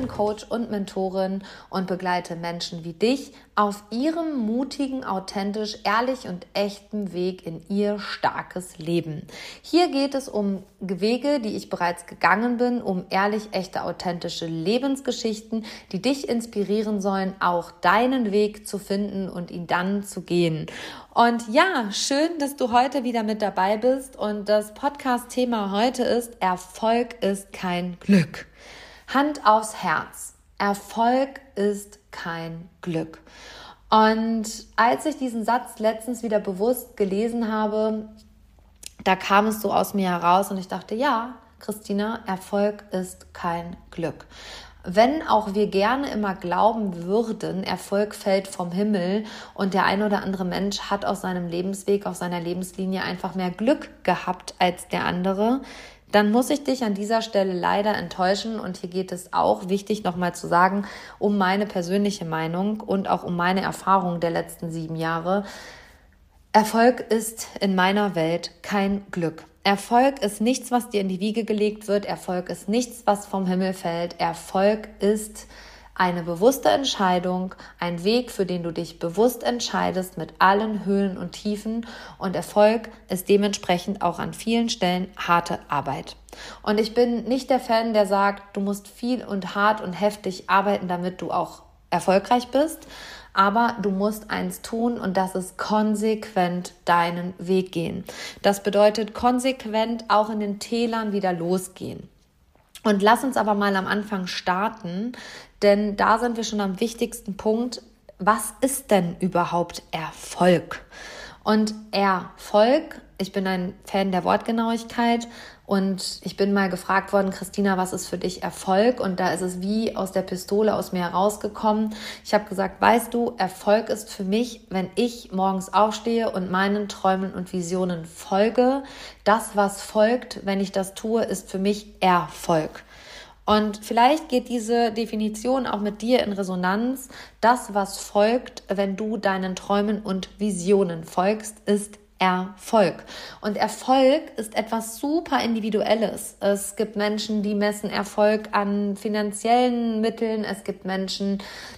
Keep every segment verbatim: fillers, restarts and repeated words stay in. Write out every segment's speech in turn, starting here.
bin Coach und Mentorin und begleite Menschen wie dich auf ihrem mutigen, authentisch, ehrlich und echten Weg in ihr starkes Leben. Hier geht es um Wege, die ich bereits gegangen bin, um ehrlich, echte, authentische Lebensgeschichten, die dich inspirieren sollen, auch deinen Weg zu finden und ihn dann zu gehen. Und ja, schön, dass du heute wieder mit dabei bist und das Podcast-Thema heute ist: Erfolg ist kein Glück. Hand aufs Herz. Erfolg ist kein Glück. Und als ich diesen Satz letztens wieder bewusst gelesen habe, da kam es so aus mir heraus und ich dachte, ja, Christina, Erfolg ist kein Glück. Wenn auch wir gerne immer glauben würden, Erfolg fällt vom Himmel und der ein oder andere Mensch hat auf seinem Lebensweg, auf seiner Lebenslinie einfach mehr Glück gehabt als der andere, dann muss ich dich an dieser Stelle leider enttäuschen. Und hier geht es auch, wichtig nochmal zu sagen, um meine persönliche Meinung und auch um meine Erfahrung der letzten sieben Jahre. Erfolg ist in meiner Welt kein Glück. Erfolg ist nichts, was dir in die Wiege gelegt wird. Erfolg ist nichts, was vom Himmel fällt. Erfolg ist eine bewusste Entscheidung, ein Weg, für den du dich bewusst entscheidest mit allen Höhen und Tiefen. Und Erfolg ist dementsprechend auch an vielen Stellen harte Arbeit. Und ich bin nicht der Fan, der sagt, du musst viel und hart und heftig arbeiten, damit du auch erfolgreich bist. Aber du musst eins tun und das ist konsequent deinen Weg gehen. Das bedeutet konsequent auch in den Tälern wieder losgehen. Und lass uns aber mal am Anfang starten, denn da sind wir schon am wichtigsten Punkt. Was ist denn überhaupt Erfolg? Und Erfolg, ich bin ein Fan der Wortgenauigkeit und ich bin mal gefragt worden, Christina, was ist für dich Erfolg? Und da ist es wie aus der Pistole aus mir herausgekommen. Ich habe gesagt, weißt du, Erfolg ist für mich, wenn ich morgens aufstehe und meinen Träumen und Visionen folge. Das, was folgt, wenn ich das tue, ist für mich Erfolg. Und vielleicht geht diese Definition auch mit dir in Resonanz. Das, was folgt, wenn du deinen Träumen und Visionen folgst, ist Erfolg. Und Erfolg ist etwas super Individuelles. Es gibt Menschen, die messen Erfolg an finanziellen Mitteln. Es gibt Menschen,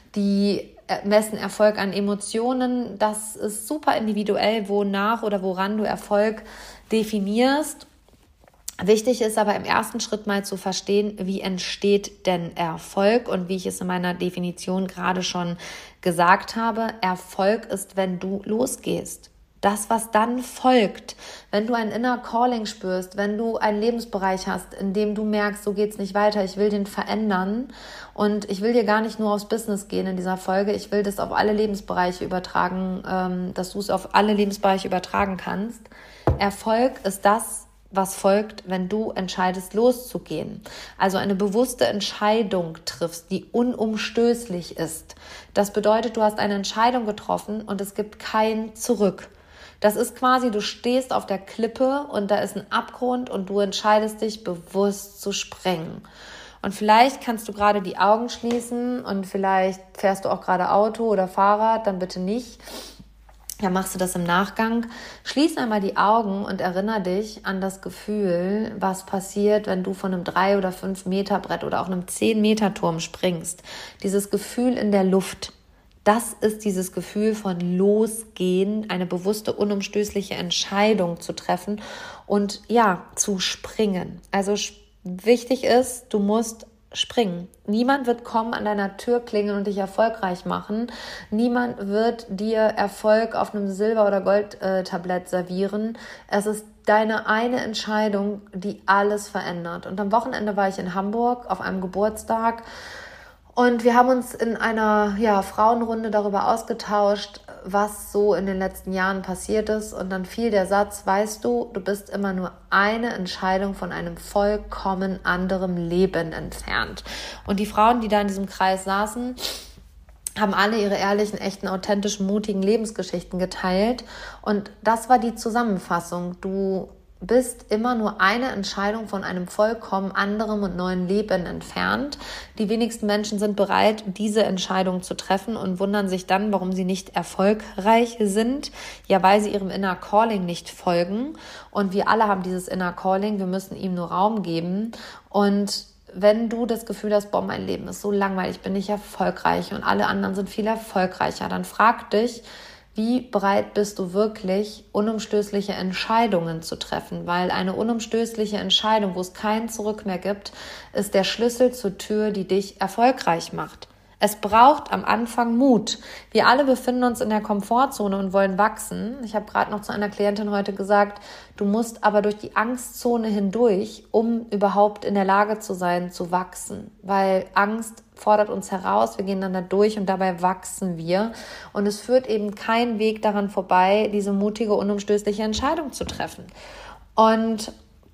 die messen Erfolg an Emotionen. Das ist super individuell, wonach oder woran du Erfolg definierst. Wichtig ist aber im ersten Schritt mal zu verstehen, wie entsteht denn Erfolg? Und wie ich es in meiner Definition gerade schon gesagt habe, Erfolg ist, wenn du losgehst. Das, was dann folgt, wenn du ein Inner Calling spürst, wenn du einen Lebensbereich hast, in dem du merkst, so geht's nicht weiter, ich will den verändern und ich will dir gar nicht nur aufs Business gehen in dieser Folge, ich will das auf alle Lebensbereiche übertragen, ähm, dass du es auf alle Lebensbereiche übertragen kannst. Erfolg ist das, was folgt, wenn du entscheidest, loszugehen. Also eine bewusste Entscheidung triffst, die unumstößlich ist. Das bedeutet, du hast eine Entscheidung getroffen und es gibt kein Zurück. Das ist quasi, du stehst auf der Klippe und da ist ein Abgrund und du entscheidest dich bewusst zu springen. Und vielleicht kannst du gerade die Augen schließen und vielleicht fährst du auch gerade Auto oder Fahrrad, dann bitte nicht. Ja, machst du das im Nachgang. Schließ einmal die Augen und erinnere dich an das Gefühl, was passiert, wenn du von einem drei oder fünf Meter Brett oder auch einem zehn Meter Turm springst. Dieses Gefühl in der Luft. Das ist dieses Gefühl von Losgehen, eine bewusste, unumstößliche Entscheidung zu treffen und ja, zu springen. Also wichtig ist, du musst springen. Niemand wird kommen, an deiner Tür klingeln und dich erfolgreich machen. Niemand wird dir Erfolg auf einem Silber- oder Goldtablett servieren. Es ist deine eine Entscheidung, die alles verändert. Und am Wochenende war ich in Hamburg auf einem Geburtstag und wir haben uns in einer ja, Frauenrunde darüber ausgetauscht, was so in den letzten Jahren passiert ist. Und dann fiel der Satz, weißt du, du bist immer nur eine Entscheidung von einem vollkommen anderen Leben entfernt. Und die Frauen, die da in diesem Kreis saßen, haben alle ihre ehrlichen, echten, authentischen, mutigen Lebensgeschichten geteilt. Und das war die Zusammenfassung. Du bist immer nur eine Entscheidung von einem vollkommen anderen und neuen Leben entfernt. Die wenigsten Menschen sind bereit, diese Entscheidung zu treffen und wundern sich dann, warum sie nicht erfolgreich sind. Ja, weil sie ihrem Inner Calling nicht folgen. Und wir alle haben dieses Inner Calling, wir müssen ihm nur Raum geben. Und wenn du das Gefühl hast, boah, mein Leben ist so langweilig, ich bin nicht erfolgreich und alle anderen sind viel erfolgreicher, dann frag dich, wie bereit bist du wirklich, unumstößliche Entscheidungen zu treffen? Weil eine unumstößliche Entscheidung, wo es kein Zurück mehr gibt, ist der Schlüssel zur Tür, die dich erfolgreich macht. Es braucht am Anfang Mut. Wir alle befinden uns in der Komfortzone und wollen wachsen. Ich habe gerade noch zu einer Klientin heute gesagt, du musst aber durch die Angstzone hindurch, um überhaupt in der Lage zu sein, zu wachsen. Weil Angst fordert uns heraus, wir gehen dann da durch und dabei wachsen wir. Und es führt eben kein Weg daran vorbei, diese mutige, unumstößliche Entscheidung zu treffen. Und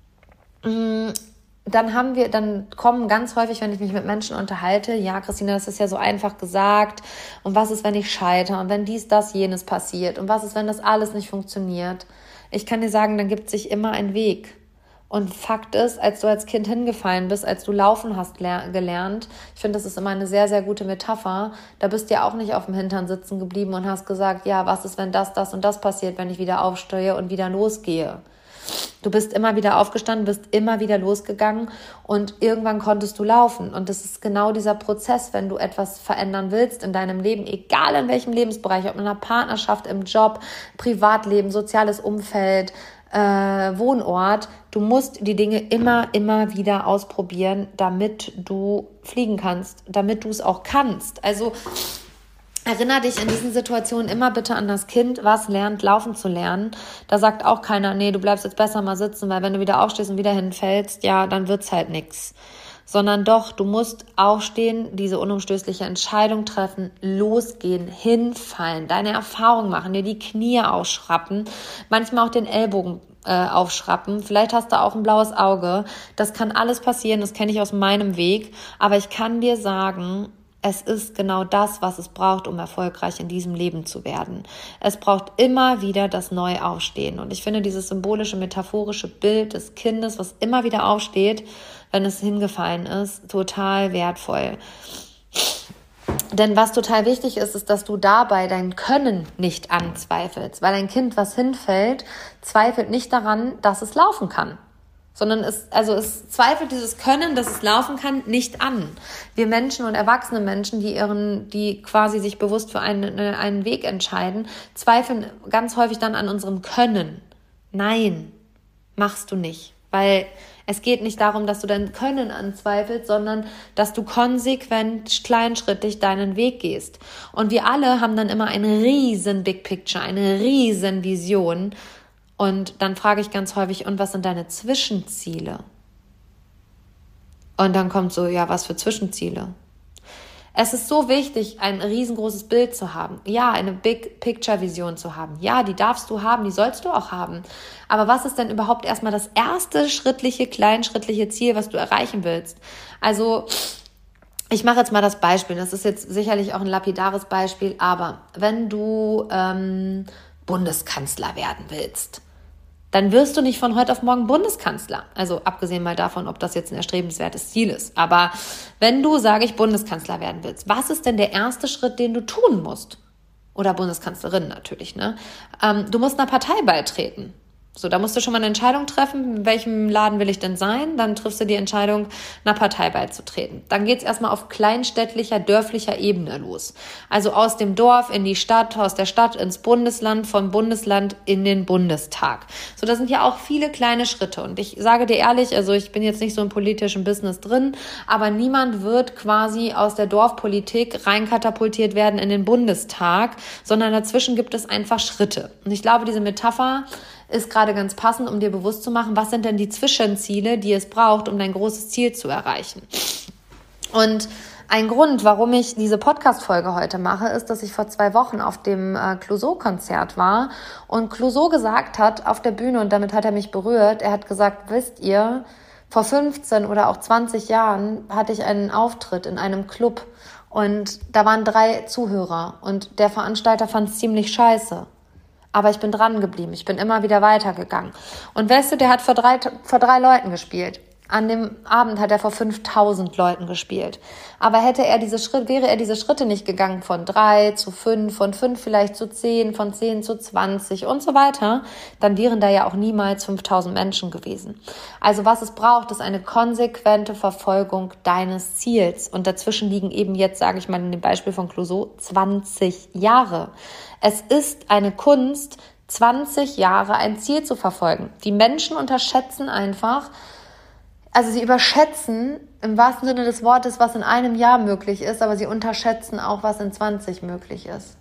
mh, Dann haben wir, dann kommen ganz häufig, wenn ich mich mit Menschen unterhalte, ja, Christina, das ist ja so einfach gesagt. Und was ist, wenn ich scheitere? Und wenn dies, das, jenes passiert? Und was ist, wenn das alles nicht funktioniert? Ich kann dir sagen, dann gibt sich immer ein Weg. Und Fakt ist, als du als Kind hingefallen bist, als du laufen hast gelernt, ich finde, das ist immer eine sehr, sehr gute Metapher, da bist du ja auch nicht auf dem Hintern sitzen geblieben und hast gesagt, ja, was ist, wenn das, das und das passiert, wenn ich wieder aufstehe und wieder losgehe? Du bist immer wieder aufgestanden, bist immer wieder losgegangen und irgendwann konntest du laufen. Und das ist genau dieser Prozess, wenn du etwas verändern willst in deinem Leben, egal in welchem Lebensbereich, ob in einer Partnerschaft, im Job, Privatleben, soziales Umfeld, äh, Wohnort. Du musst die Dinge immer, immer wieder ausprobieren, damit du fliegen kannst, damit du es auch kannst. Also erinnere dich in diesen Situationen immer bitte an das Kind, was lernt, laufen zu lernen. Da sagt auch keiner, nee, du bleibst jetzt besser mal sitzen, weil wenn du wieder aufstehst und wieder hinfällst, ja, dann wird's halt nix. Sondern doch, du musst aufstehen, diese unumstößliche Entscheidung treffen, losgehen, hinfallen, deine Erfahrung machen, dir die Knie ausschrappen, manchmal auch den Ellbogen äh, aufschrappen. Vielleicht hast du auch ein blaues Auge. Das kann alles passieren, das kenne ich aus meinem Weg. Aber ich kann dir sagen, es ist genau das, was es braucht, um erfolgreich in diesem Leben zu werden. Es braucht immer wieder das Neuaufstehen. Und ich finde dieses symbolische, metaphorische Bild des Kindes, was immer wieder aufsteht, wenn es hingefallen ist, total wertvoll. Denn was total wichtig ist, ist, dass du dabei dein Können nicht anzweifelst. Weil ein Kind, was hinfällt, zweifelt nicht daran, dass es laufen kann. Sondern es, also es zweifelt dieses Können, dass es laufen kann, nicht an. Wir Menschen und erwachsene Menschen, die ihren, die quasi sich bewusst für einen, einen Weg entscheiden, zweifeln ganz häufig dann an unserem Können. Nein, machst du nicht. Weil es geht nicht darum, dass du dein Können anzweifelst, sondern dass du konsequent, kleinschrittig deinen Weg gehst. Und wir alle haben dann immer ein riesen Big Picture, eine riesen Vision. Und dann frage ich ganz häufig, und was sind deine Zwischenziele? Und dann kommt so, ja, was für Zwischenziele? Es ist so wichtig, ein riesengroßes Bild zu haben. Ja, eine Big-Picture-Vision zu haben. Ja, die darfst du haben, die sollst du auch haben. Aber was ist denn überhaupt erstmal das erste schrittliche, kleinschrittliche Ziel, was du erreichen willst? Also ich mache jetzt mal das Beispiel. Das ist jetzt sicherlich auch ein lapidares Beispiel, aber wenn du ähm, Bundeskanzler werden willst, dann wirst du nicht von heute auf morgen Bundeskanzler. Also abgesehen mal davon, ob das jetzt ein erstrebenswertes Ziel ist. Aber wenn du, sage ich, Bundeskanzler werden willst, was ist denn der erste Schritt, den du tun musst? Oder Bundeskanzlerin natürlich, ne? Ähm, du musst einer Partei beitreten. So, da musst du schon mal eine Entscheidung treffen, in welchem Laden will ich denn sein? Dann triffst du die Entscheidung, einer Partei beizutreten. Dann geht's erstmal auf kleinstädtlicher, dörflicher Ebene los. Also aus dem Dorf in die Stadt, aus der Stadt ins Bundesland, vom Bundesland in den Bundestag. So, das sind ja auch viele kleine Schritte. Und ich sage dir ehrlich, also ich bin jetzt nicht so im politischen Business drin, aber niemand wird quasi aus der Dorfpolitik reinkatapultiert werden in den Bundestag, sondern dazwischen gibt es einfach Schritte. Und ich glaube, diese Metapher ist gerade ganz passend, um dir bewusst zu machen, was sind denn die Zwischenziele, die es braucht, um dein großes Ziel zu erreichen. Und ein Grund, warum ich diese Podcast-Folge heute mache, ist, dass ich vor zwei Wochen auf dem äh, Clouseau-Konzert war und Clouseau gesagt hat auf der Bühne, und damit hat er mich berührt, er hat gesagt, wisst ihr, vor fünfzehn oder auch zwanzig Jahren hatte ich einen Auftritt in einem Club und da waren drei Zuhörer und der Veranstalter fand es ziemlich scheiße. Aber ich bin dran geblieben. Ich bin immer wieder weitergegangen. Und weißt du, der hat vor drei, vor drei Leuten gespielt. An dem Abend hat er vor fünftausend Leuten gespielt. Aber hätte er diese Schritte, wäre er diese Schritte nicht gegangen von drei zu fünf, von fünf vielleicht zu zehn, von zehn zu zwanzig und so weiter, dann wären da ja auch niemals fünftausend Menschen gewesen. Also was es braucht, ist eine konsequente Verfolgung deines Ziels. Und dazwischen liegen eben jetzt, sage ich mal in dem Beispiel von Clouseau, zwanzig Jahre. Es ist eine Kunst, zwanzig Jahre ein Ziel zu verfolgen. Die Menschen unterschätzen einfach, also sie überschätzen im wahrsten Sinne des Wortes, was in einem Jahr möglich ist, aber sie unterschätzen auch, was in zwanzig möglich ist.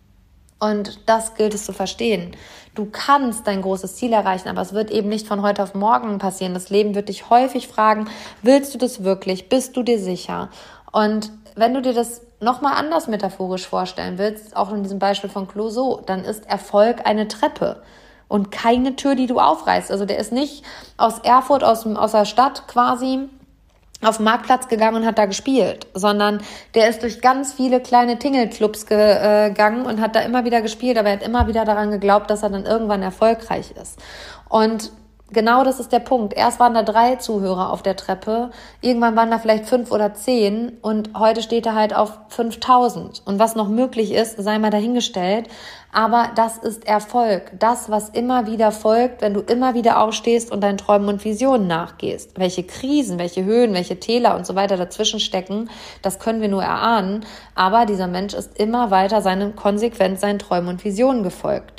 Und das gilt es zu verstehen. Du kannst dein großes Ziel erreichen, aber es wird eben nicht von heute auf morgen passieren. Das Leben wird dich häufig fragen, willst du das wirklich? Bist du dir sicher? Und wenn du dir das nochmal anders metaphorisch vorstellen willst, auch in diesem Beispiel von Clouseau, dann ist Erfolg eine Treppe und keine Tür, die du aufreißt. Also der ist nicht aus Erfurt, aus, dem, aus der Stadt quasi auf den Marktplatz gegangen und hat da gespielt, sondern der ist durch ganz viele kleine Tingelclubs gegangen und hat da immer wieder gespielt, aber er hat immer wieder daran geglaubt, dass er dann irgendwann erfolgreich ist. Und genau das ist der Punkt. Erst waren da drei Zuhörer auf der Treppe, irgendwann waren da vielleicht fünf oder zehn und heute steht er halt auf fünftausend. Und was noch möglich ist, sei mal dahingestellt, aber das ist Erfolg. Das, was immer wieder folgt, wenn du immer wieder aufstehst und deinen Träumen und Visionen nachgehst. Welche Krisen, welche Höhen, welche Täler und so weiter dazwischen stecken, das können wir nur erahnen. Aber dieser Mensch ist immer weiter seinem konsequent seinen Träumen und Visionen gefolgt.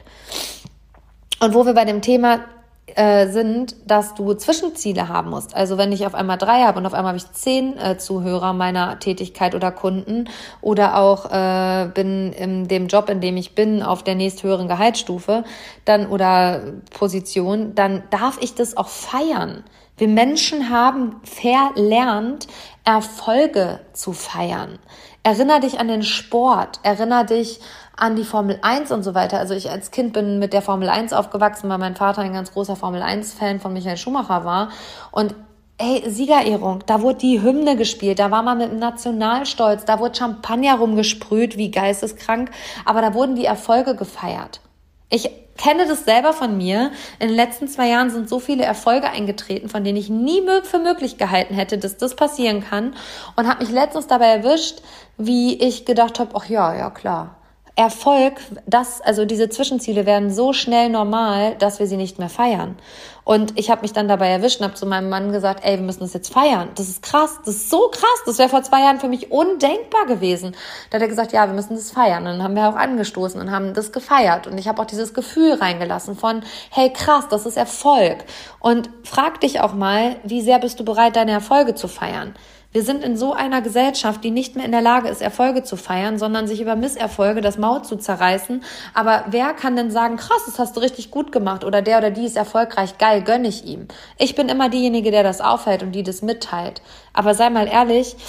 Und wo wir bei dem Thema sind, dass du Zwischenziele haben musst. Also wenn ich auf einmal drei habe und auf einmal habe ich zehn äh, Zuhörer meiner Tätigkeit oder Kunden oder auch äh, bin in dem Job, in dem ich bin, auf der nächsthöheren Gehaltsstufe dann oder Position, dann darf ich das auch feiern. Wir Menschen haben verlernt, Erfolge zu feiern. Erinner dich an den Sport, erinner dich an die Formel eins und so weiter. Also ich als Kind bin mit der Formel eins aufgewachsen, weil mein Vater ein ganz großer Formel eins Fan von Michael Schumacher war. Und ey, Siegerehrung, da wurde die Hymne gespielt, da war man mit dem Nationalstolz, da wurde Champagner rumgesprüht, wie geisteskrank, aber da wurden die Erfolge gefeiert. Ich kenne das selber von mir. In den letzten zwei Jahren sind so viele Erfolge eingetreten, von denen ich nie für möglich gehalten hätte, dass das passieren kann. Und habe mich letztens dabei erwischt, wie ich gedacht habe, ach ja, ja klar. Erfolg, das, also diese Zwischenziele werden so schnell normal, dass wir sie nicht mehr feiern. Und ich habe mich dann dabei erwischt und habe zu meinem Mann gesagt, ey, wir müssen das jetzt feiern. Das ist krass, das ist so krass. Das wäre vor zwei Jahren für mich undenkbar gewesen. Da hat er gesagt, ja, wir müssen das feiern. Und dann haben wir auch angestoßen und haben das gefeiert. Und ich habe auch dieses Gefühl reingelassen von, hey, krass, das ist Erfolg. Und frag dich auch mal, wie sehr bist du bereit, deine Erfolge zu feiern? Wir sind in so einer Gesellschaft, die nicht mehr in der Lage ist, Erfolge zu feiern, sondern sich über Misserfolge das Maul zu zerreißen. Aber wer kann denn sagen, krass, das hast du richtig gut gemacht oder der oder die ist erfolgreich, geil, gönne ich ihm. Ich bin immer diejenige, der das aufhält und die das mitteilt. Aber sei mal ehrlich,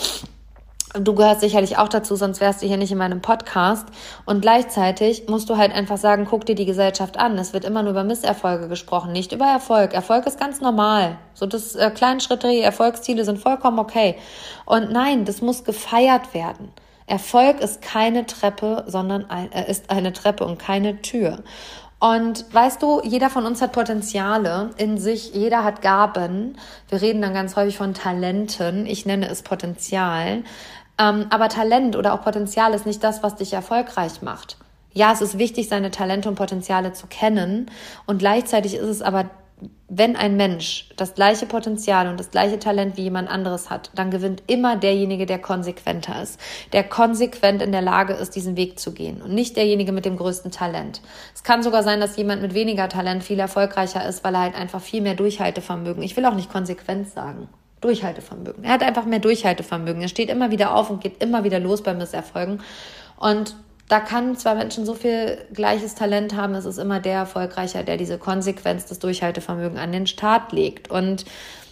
du gehörst sicherlich auch dazu, sonst wärst du hier nicht in meinem Podcast. Und gleichzeitig musst du halt einfach sagen, guck dir die Gesellschaft an. Es wird immer nur über Misserfolge gesprochen, nicht über Erfolg. Erfolg ist ganz normal. So das äh, kleinen Schritte, Erfolgsziele sind vollkommen okay. Und nein, das muss gefeiert werden. Erfolg ist keine Treppe, sondern ein, äh, ist eine Treppe und keine Tür. Und weißt du, jeder von uns hat Potenziale in sich, jeder hat Gaben. Wir reden dann ganz häufig von Talenten. Ich nenne es Potenzial. Ähm, aber Talent oder auch Potenzial ist nicht das, was dich erfolgreich macht. Ja, es ist wichtig, seine Talente und Potenziale zu kennen. Und gleichzeitig ist es aber, wenn ein Mensch das gleiche Potenzial und das gleiche Talent wie jemand anderes hat, dann gewinnt immer derjenige, der konsequenter ist, der konsequent in der Lage ist, diesen Weg zu gehen und nicht derjenige mit dem größten Talent. Es kann sogar sein, dass jemand mit weniger Talent viel erfolgreicher ist, weil er halt einfach viel mehr Durchhaltevermögen, ich will auch nicht Konsequenz sagen, Durchhaltevermögen. Er hat einfach mehr Durchhaltevermögen. Er steht immer wieder auf und geht immer wieder los bei Misserfolgen. Und da kann zwar Menschen so viel gleiches Talent haben, es ist immer der Erfolgreicher, der diese Konsequenz des Durchhaltevermögens an den Start legt. Und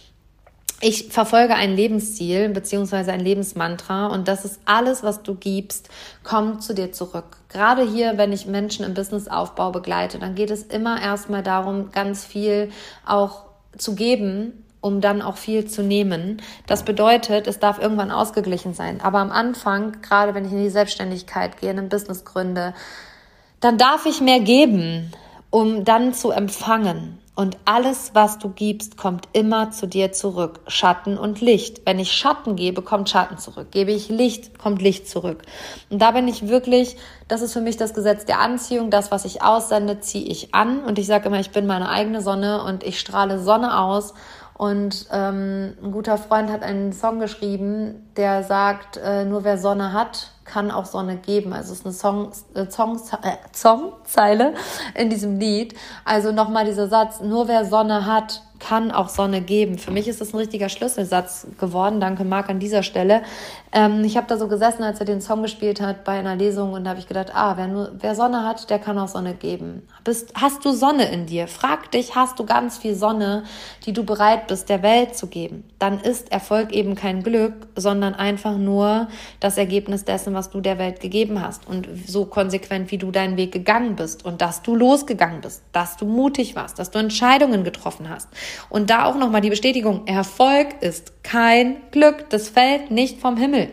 ich verfolge ein Lebensziel beziehungsweise ein Lebensmantra und das ist alles, was du gibst, kommt zu dir zurück. Gerade hier, wenn ich Menschen im Businessaufbau begleite, dann geht es immer erstmal darum, ganz viel auch zu geben, um dann auch viel zu nehmen. Das bedeutet, es darf irgendwann ausgeglichen sein. Aber am Anfang, gerade wenn ich in die Selbstständigkeit gehe, in ein Business gründe, dann darf ich mehr geben, um dann zu empfangen. Und alles, was du gibst, kommt immer zu dir zurück. Schatten und Licht. Wenn ich Schatten gebe, kommt Schatten zurück. Gebe ich Licht, kommt Licht zurück. Und da bin ich wirklich, das ist für mich das Gesetz der Anziehung. Das, was ich aussende, ziehe ich an. Und ich sage immer, ich bin meine eigene Sonne und ich strahle Sonne aus. Und ähm, ein guter Freund hat einen Song geschrieben, der sagt, äh, nur wer Sonne hat, kann auch Sonne geben. Also es ist eine Song, äh, Song, äh, Songzeile in diesem Lied. Also nochmal dieser Satz, nur wer Sonne hat, kann auch Sonne geben. Für mich ist das ein richtiger Schlüsselsatz geworden. Danke, Marc, an dieser Stelle. Ähm, ich habe da so gesessen, als er den Song gespielt hat bei einer Lesung und da habe ich gedacht, ah, wer, nur, wer Sonne hat, der kann auch Sonne geben. Bist, hast du Sonne in dir? Frag dich, hast du ganz viel Sonne, die du bereit bist, der Welt zu geben? Dann ist Erfolg eben kein Glück, sondern einfach nur das Ergebnis dessen, was du der Welt gegeben hast. Und so konsequent, wie du deinen Weg gegangen bist und dass du losgegangen bist, dass du mutig warst, dass du Entscheidungen getroffen hast. Und da auch nochmal die Bestätigung, Erfolg ist kein Glück, das fällt nicht vom Himmel.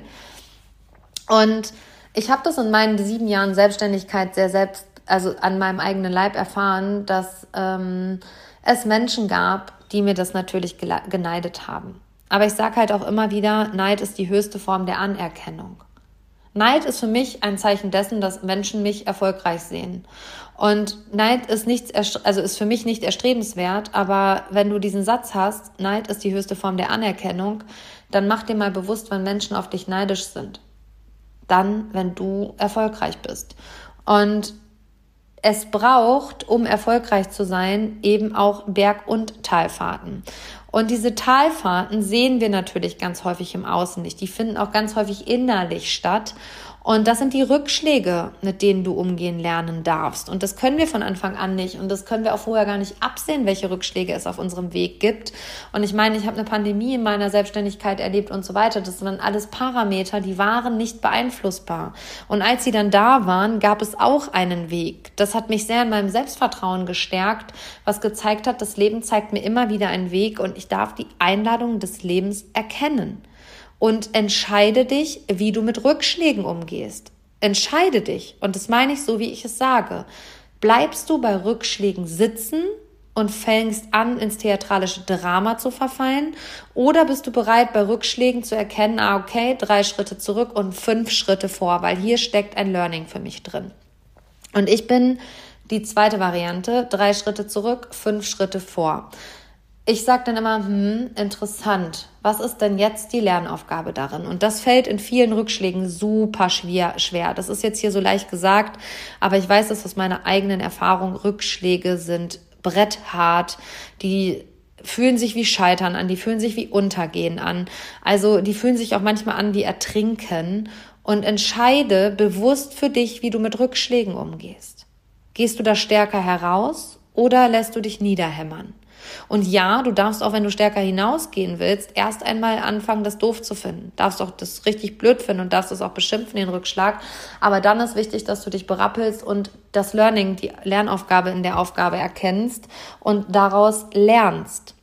Und ich habe das in meinen sieben Jahren Selbstständigkeit sehr selbst, also an meinem eigenen Leib erfahren, dass ähm, es Menschen gab, die mir das natürlich gele- geneidet haben. Aber ich sage halt auch immer wieder, Neid ist die höchste Form der Anerkennung. Neid ist für mich ein Zeichen dessen, dass Menschen mich erfolgreich sehen. Und Neid ist nichts, also ist für mich nicht erstrebenswert, aber wenn du diesen Satz hast, Neid ist die höchste Form der Anerkennung, dann mach dir mal bewusst, wenn Menschen auf dich neidisch sind. Dann, wenn du erfolgreich bist. Und es braucht, um erfolgreich zu sein, eben auch Berg- und Talfahrten. Und diese Talfahrten sehen wir natürlich ganz häufig im Außen nicht. Die finden auch ganz häufig innerlich statt. Und das sind die Rückschläge, mit denen du umgehen lernen darfst. Und das können wir von Anfang an nicht. Und das können wir auch vorher gar nicht absehen, welche Rückschläge es auf unserem Weg gibt. Und ich meine, ich habe eine Pandemie in meiner Selbstständigkeit erlebt und so weiter. Das sind dann alles Parameter, die waren nicht beeinflussbar. Und als sie dann da waren, gab es auch einen Weg. Das hat mich sehr in meinem Selbstvertrauen gestärkt, was gezeigt hat, das Leben zeigt mir immer wieder einen Weg und ich darf die Einladung des Lebens erkennen. Und entscheide dich, wie du mit Rückschlägen umgehst. Entscheide dich. Und das meine ich so, wie ich es sage. Bleibst du bei Rückschlägen sitzen und fängst an, ins theatralische Drama zu verfallen? Oder bist du bereit, bei Rückschlägen zu erkennen, ah, okay, drei Schritte zurück und fünf Schritte vor, weil hier steckt ein Learning für mich drin. Und ich bin die zweite Variante, drei Schritte zurück, fünf Schritte vor. Ich sage dann immer, hm, interessant, was ist denn jetzt die Lernaufgabe darin? Und das fällt in vielen Rückschlägen super schwer. schwer. Das ist jetzt hier so leicht gesagt, aber ich weiß das aus meiner eigenen Erfahrung. Rückschläge sind bretthart, die fühlen sich wie Scheitern an, die fühlen sich wie Untergehen an. Also die fühlen sich auch manchmal an wie Ertrinken. Und entscheide bewusst für dich, wie du mit Rückschlägen umgehst. Gehst du da stärker heraus oder lässt du dich niederhämmern? Und ja, du darfst auch, wenn du stärker hinausgehen willst, erst einmal anfangen, das doof zu finden. Darfst auch das richtig blöd finden und darfst es auch beschimpfen, den Rückschlag. Aber dann ist wichtig, dass du dich berappelst und das Learning, die Lernaufgabe in der Aufgabe erkennst und daraus lernst.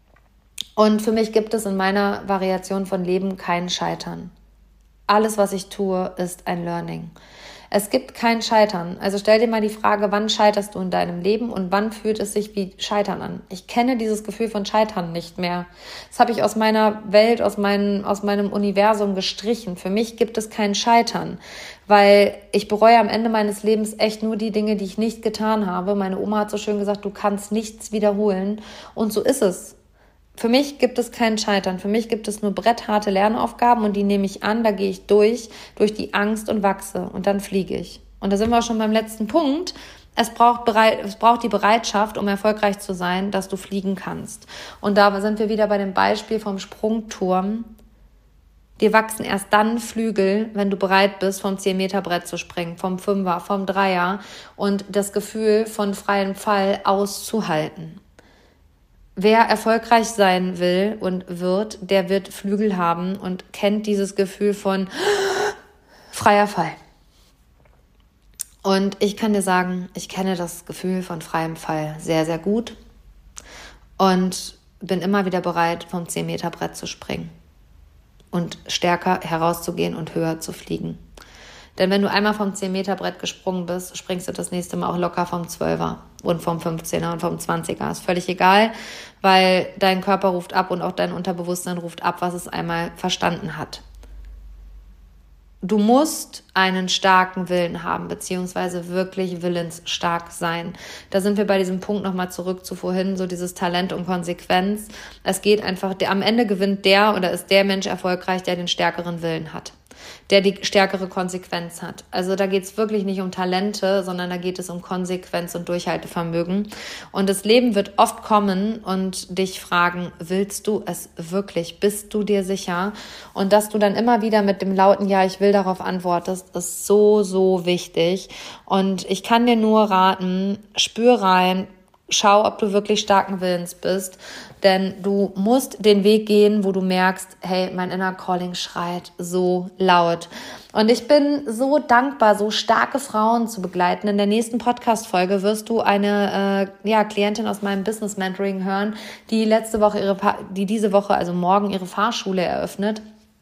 Und für mich gibt es in meiner Variation von Leben kein Scheitern. Alles, was ich tue, ist ein Learning. Es gibt kein Scheitern. Also stell dir mal die Frage, wann scheiterst du in deinem Leben und wann fühlt es sich wie Scheitern an? Ich kenne dieses Gefühl von Scheitern nicht mehr. Das habe ich aus meiner Welt, aus meinem, aus meinem Universum gestrichen. Für mich gibt es kein Scheitern, weil ich bereue am Ende meines Lebens echt nur die Dinge, die ich nicht getan habe. Meine Oma hat so schön gesagt, du kannst nichts wiederholen. Und so ist es. Für mich gibt es kein Scheitern. Für mich gibt es nur brettharte Lernaufgaben und die nehme ich an, da gehe ich durch, durch die Angst und wachse und dann fliege ich. Und da sind wir auch schon beim letzten Punkt. Es braucht, bereit, es braucht die Bereitschaft, um erfolgreich zu sein, dass du fliegen kannst. Und da sind wir wieder bei dem Beispiel vom Sprungturm. Dir wachsen erst dann Flügel, wenn du bereit bist, vom zehn Meter Brett zu springen, vom Fünfer, vom Dreier und das Gefühl von freiem Fall auszuhalten. Wer erfolgreich sein will und wird, der wird Flügel haben und kennt dieses Gefühl von freier Fall. Und ich kann dir sagen, ich kenne das Gefühl von freiem Fall sehr, sehr gut und bin immer wieder bereit, vom zehn Meter Brett zu springen und stärker herauszugehen und höher zu fliegen. Denn wenn du einmal vom zehn Meter Brett gesprungen bist, springst du das nächste Mal auch locker vom zwölfer und vom fünfzehner und vom zwanziger. Ist völlig egal, weil dein Körper ruft ab und auch dein Unterbewusstsein ruft ab, was es einmal verstanden hat. Du musst einen starken Willen haben, beziehungsweise wirklich willensstark sein. Da sind wir bei diesem Punkt nochmal zurück zu vorhin, so dieses Talent und Konsequenz. Es geht einfach, der, am Ende gewinnt der oder ist der Mensch erfolgreich, der den stärkeren Willen hat, der die stärkere Konsequenz hat. Also da geht es wirklich nicht um Talente, sondern da geht es um Konsequenz und Durchhaltevermögen. Und das Leben wird oft kommen und dich fragen, willst du es wirklich? Bist du dir sicher? Und dass du dann immer wieder mit dem lauten Ja, ich will darauf antwortest, ist so, so wichtig. Und ich kann dir nur raten, spür rein, schau, ob du wirklich starken Willens bist, denn du musst den Weg gehen, wo du merkst, hey, mein Inner Calling schreit so laut. Und ich bin so dankbar, so starke Frauen zu begleiten. In der nächsten Podcast-Folge wirst du eine äh, ja, Klientin aus meinem Business Mentoring hören, die letzte Woche ihre, die diese Woche, also morgen, ihre Fahrschule eröffnet.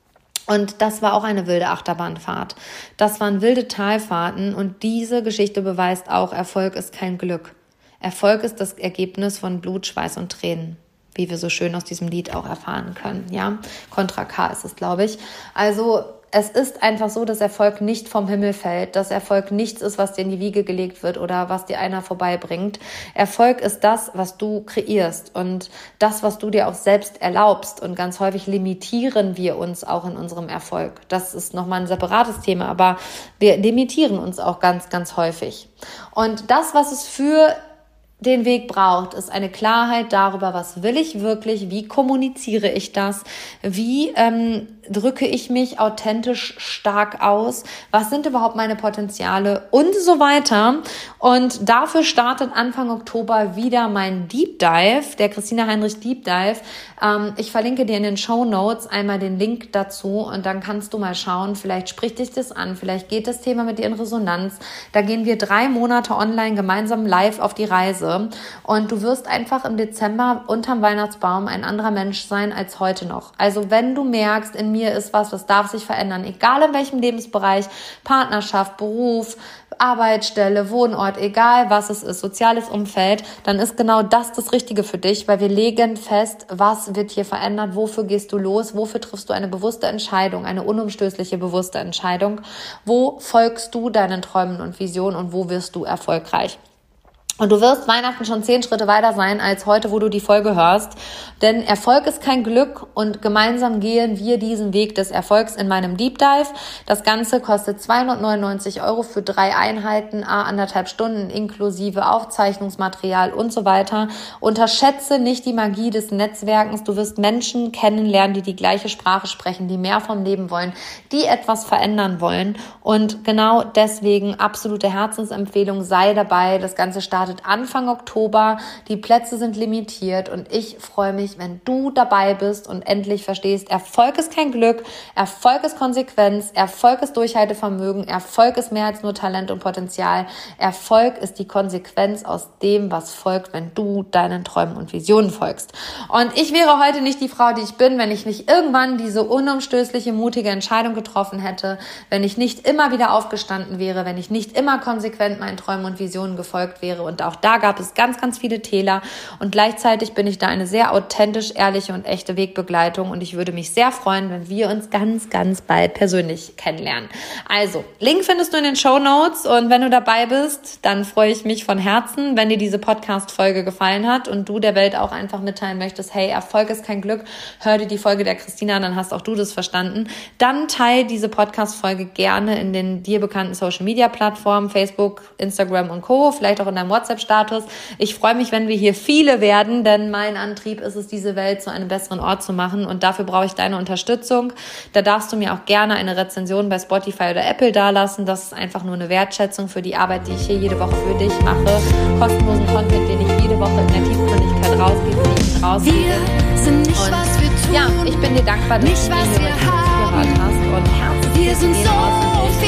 Und das war auch eine wilde Achterbahnfahrt. Das waren wilde Talfahrten und diese Geschichte beweist auch, Erfolg ist kein Glück. Erfolg ist das Ergebnis von Blut, Schweiß und Tränen, wie wir so schön aus diesem Lied auch erfahren können. Ja, Contra K ist es, glaube ich. Also es ist einfach so, dass Erfolg nicht vom Himmel fällt, dass Erfolg nichts ist, was dir in die Wiege gelegt wird oder was dir einer vorbeibringt. Erfolg ist das, was du kreierst und das, was du dir auch selbst erlaubst. Und ganz häufig limitieren wir uns auch in unserem Erfolg. Das ist nochmal ein separates Thema, aber wir limitieren uns auch ganz, ganz häufig. Und das, was es für den Weg braucht, ist eine Klarheit darüber, was will ich wirklich, wie kommuniziere ich das, wie ähm, drücke ich mich authentisch stark aus, was sind überhaupt meine Potenziale und so weiter. Und dafür startet Anfang Oktober wieder mein Deep Dive, der Christina Heinrich Deep Dive. Ähm, ich verlinke dir in den Shownotes einmal den Link dazu und dann kannst du mal schauen, vielleicht spricht dich das an, vielleicht geht das Thema mit dir in Resonanz. Da gehen wir drei Monate online gemeinsam live auf die Reise. Und du wirst einfach im Dezember unterm Weihnachtsbaum ein anderer Mensch sein als heute noch. Also wenn du merkst, in mir ist was, das darf sich verändern, egal in welchem Lebensbereich, Partnerschaft, Beruf, Arbeitsstelle, Wohnort, egal was es ist, soziales Umfeld, dann ist genau das das Richtige für dich, weil wir legen fest, was wird hier verändert, wofür gehst du los, wofür triffst du eine bewusste Entscheidung, eine unumstößliche bewusste Entscheidung, wo folgst du deinen Träumen und Visionen und wo wirst du erfolgreich. Und du wirst Weihnachten schon zehn Schritte weiter sein als heute, wo du die Folge hörst. Denn Erfolg ist kein Glück und gemeinsam gehen wir diesen Weg des Erfolgs in meinem Deep Dive. Das Ganze kostet zweihundertneunundneunzig Euro für drei Einheiten, a anderthalb Stunden inklusive Aufzeichnungsmaterial und so weiter. Unterschätze nicht die Magie des Netzwerkens. Du wirst Menschen kennenlernen, die die gleiche Sprache sprechen, die mehr vom Leben wollen, die etwas verändern wollen. Und genau deswegen absolute Herzensempfehlung, sei dabei. Das Ganze startet Anfang Oktober, die Plätze sind limitiert und ich freue mich, wenn du dabei bist und endlich verstehst, Erfolg ist kein Glück, Erfolg ist Konsequenz, Erfolg ist Durchhaltevermögen, Erfolg ist mehr als nur Talent und Potenzial, Erfolg ist die Konsequenz aus dem, was folgt, wenn du deinen Träumen und Visionen folgst. Und ich wäre heute nicht die Frau, die ich bin, wenn ich nicht irgendwann diese unumstößliche, mutige Entscheidung getroffen hätte, wenn ich nicht immer wieder aufgestanden wäre, wenn ich nicht immer konsequent meinen Träumen und Visionen gefolgt wäre. Und auch da gab es ganz, ganz viele Täler und gleichzeitig bin ich da eine sehr authentisch, ehrliche und echte Wegbegleitung und ich würde mich sehr freuen, wenn wir uns ganz, ganz bald persönlich kennenlernen. Also, Link findest du in den Shownotes und wenn du dabei bist, dann freue ich mich von Herzen, wenn dir diese Podcast-Folge gefallen hat und du der Welt auch einfach mitteilen möchtest, hey, Erfolg ist kein Glück, hör dir die Folge der Christina an, dann hast auch du das verstanden. Dann teile diese Podcast-Folge gerne in den dir bekannten Social-Media-Plattformen, Facebook, Instagram und Co., vielleicht auch in deinem WhatsApp-Status. Ich freue mich, wenn wir hier viele werden, denn mein Antrieb ist es, diese Welt zu einem besseren Ort zu machen und dafür brauche ich deine Unterstützung. Da darfst du mir auch gerne eine Rezension bei Spotify oder Apple dalassen. Das ist einfach nur eine Wertschätzung für die Arbeit, die ich hier jede Woche für dich mache. Kostenlosen Content, den ich jede Woche in der Tiefgründigkeit rausgebe, den ich rausgebe. Wir sind nicht, und was wir tun, ja, ich bin dir dankbar, dass nicht, du mir hier zugehört hast und herzlich wir sind so